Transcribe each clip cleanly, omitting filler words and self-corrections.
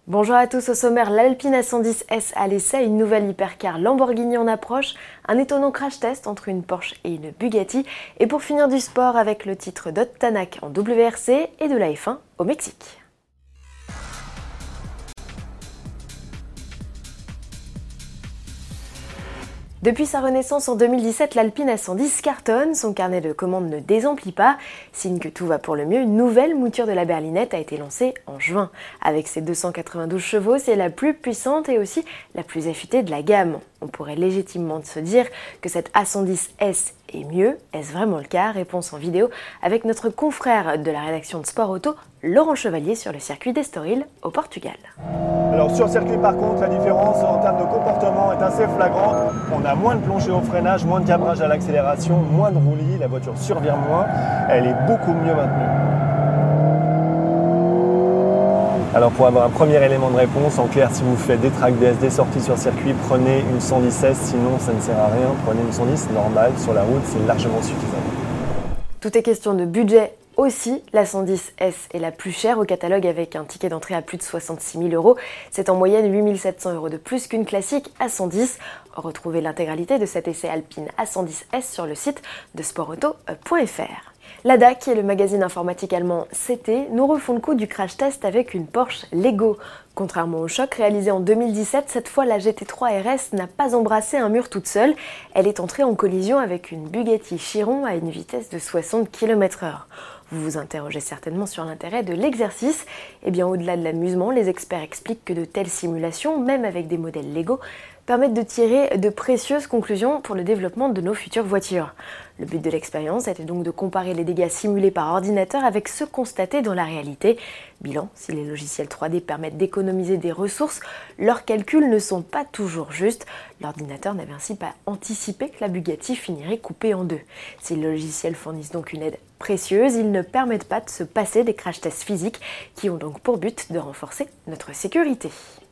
Bonjour à tous, au sommaire, l'Alpine A110S à l'essai, une nouvelle hypercar Lamborghini en approche, un étonnant crash test entre une Porsche et une Bugatti, et pour finir du sport avec le titre d'Ott Tanak en WRC et de la F1 au Mexique. Depuis sa renaissance en 2017, l'Alpine A110 cartonne, son carnet de commandes ne désemplit pas. Signe que tout va pour le mieux, une nouvelle mouture de la berlinette a été lancée en juin. Avec ses 292 chevaux, c'est la plus puissante et aussi la plus affûtée de la gamme. On pourrait légitimement se dire que cette A110S est mieux. Est-ce vraiment le cas? Réponse en vidéo avec notre confrère de la rédaction de Sport Auto, Laurent Chevalier, sur le circuit d'Estoril au Portugal. Alors sur circuit par contre, la différence en termes de comportement est assez flagrante. On a moins de plongée au freinage, moins de cabrage à l'accélération, moins de roulis, la voiture survire moins, elle est beaucoup mieux maintenue. Alors pour avoir un premier élément de réponse, en clair, si vous faites des track DS, des sorties sur circuit, prenez une 110S, sinon ça ne sert à rien, prenez une 110 normale, sur la route c'est largement suffisant. Tout est question de budget aussi. La 110S est la plus chère au catalogue avec un ticket d'entrée à plus de 66 000 €. C'est en moyenne 8 700 € de plus qu'une classique A110. Retrouvez l'intégralité de cet essai Alpine A110S sur le site de sportauto.fr. L'ADA, qui est le magazine informatique allemand CT, nous refont le coup du crash test avec une Porsche Lego. Contrairement au choc réalisé en 2017, cette fois la GT3 RS n'a pas embrassé un mur toute seule. Elle est entrée en collision avec une Bugatti Chiron à une vitesse de 60 km/h. Vous vous interrogez certainement sur l'intérêt de l'exercice. Eh bien, au-delà de l'amusement, les experts expliquent que de telles simulations, même avec des modèles Lego, permettent de tirer de précieuses conclusions pour le développement de nos futures voitures. Le but de l'expérience était donc de comparer les dégâts simulés par ordinateur avec ceux constatés dans la réalité. Bilan, si les logiciels 3D permettent d'économiser des ressources, leurs calculs ne sont pas toujours justes. L'ordinateur n'avait ainsi pas anticipé que la Bugatti finirait coupée en deux. Si les logiciels fournissent donc une aide précieuse, ils ne permettent pas de se passer des crash tests physiques qui ont donc pour but de renforcer notre sécurité.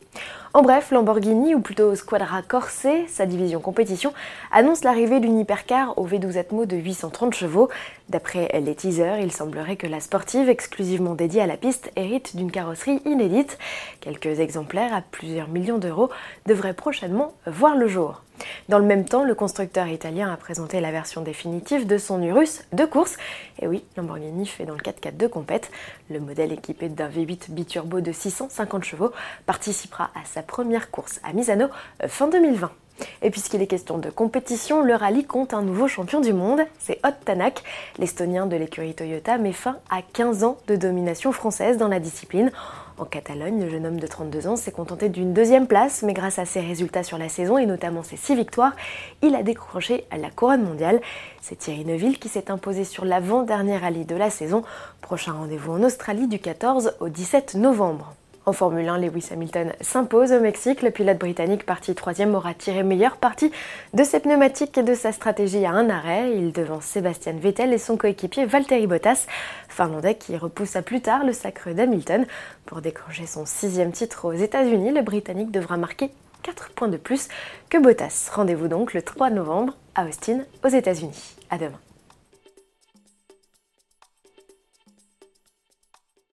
En bref, Lamborghini, ou plutôt Squadra Corse, sa division compétition, annonce l'arrivée d'une hypercar au V12 Atmo de 830 chevaux. D'après les teasers, il semblerait que la sportive, exclusivement dédiée à la piste, hérite d'une carrosserie inédite. Quelques exemplaires à plusieurs millions d'euros devraient prochainement voir le jour. Dans le même temps, le constructeur italien a présenté la version définitive de son Urus de course. Et oui, Lamborghini fait dans le 4x4 de compète. Le modèle équipé d'un V8 biturbo de 650 chevaux participera à sa première course à Misano fin 2020. Et puisqu'il est question de compétition, le rallye compte un nouveau champion du monde, c'est Ott Tanak. L'Estonien de l'écurie Toyota met fin à 15 ans de domination française dans la discipline. En Catalogne, le jeune homme de 32 ans s'est contenté d'une deuxième place, mais grâce à ses résultats sur la saison et notamment ses 6 victoires, il a décroché la couronne mondiale. C'est Thierry Neuville qui s'est imposé sur l'avant-dernier rallye de la saison. Prochain rendez-vous en Australie du 14 au 17 novembre. En Formule 1, Lewis Hamilton s'impose au Mexique. Le pilote britannique parti 3e aura tiré meilleure partie de ses pneumatiques et de sa stratégie à un arrêt. Il devance Sebastian Vettel et son coéquipier Valtteri Bottas, finlandais qui repousse à plus tard le sacre d'Hamilton. Pour décrocher son 6e titre aux États-Unis, le Britannique devra marquer 4 points de plus que Bottas. Rendez-vous donc le 3 novembre à Austin, aux États-Unis. À demain.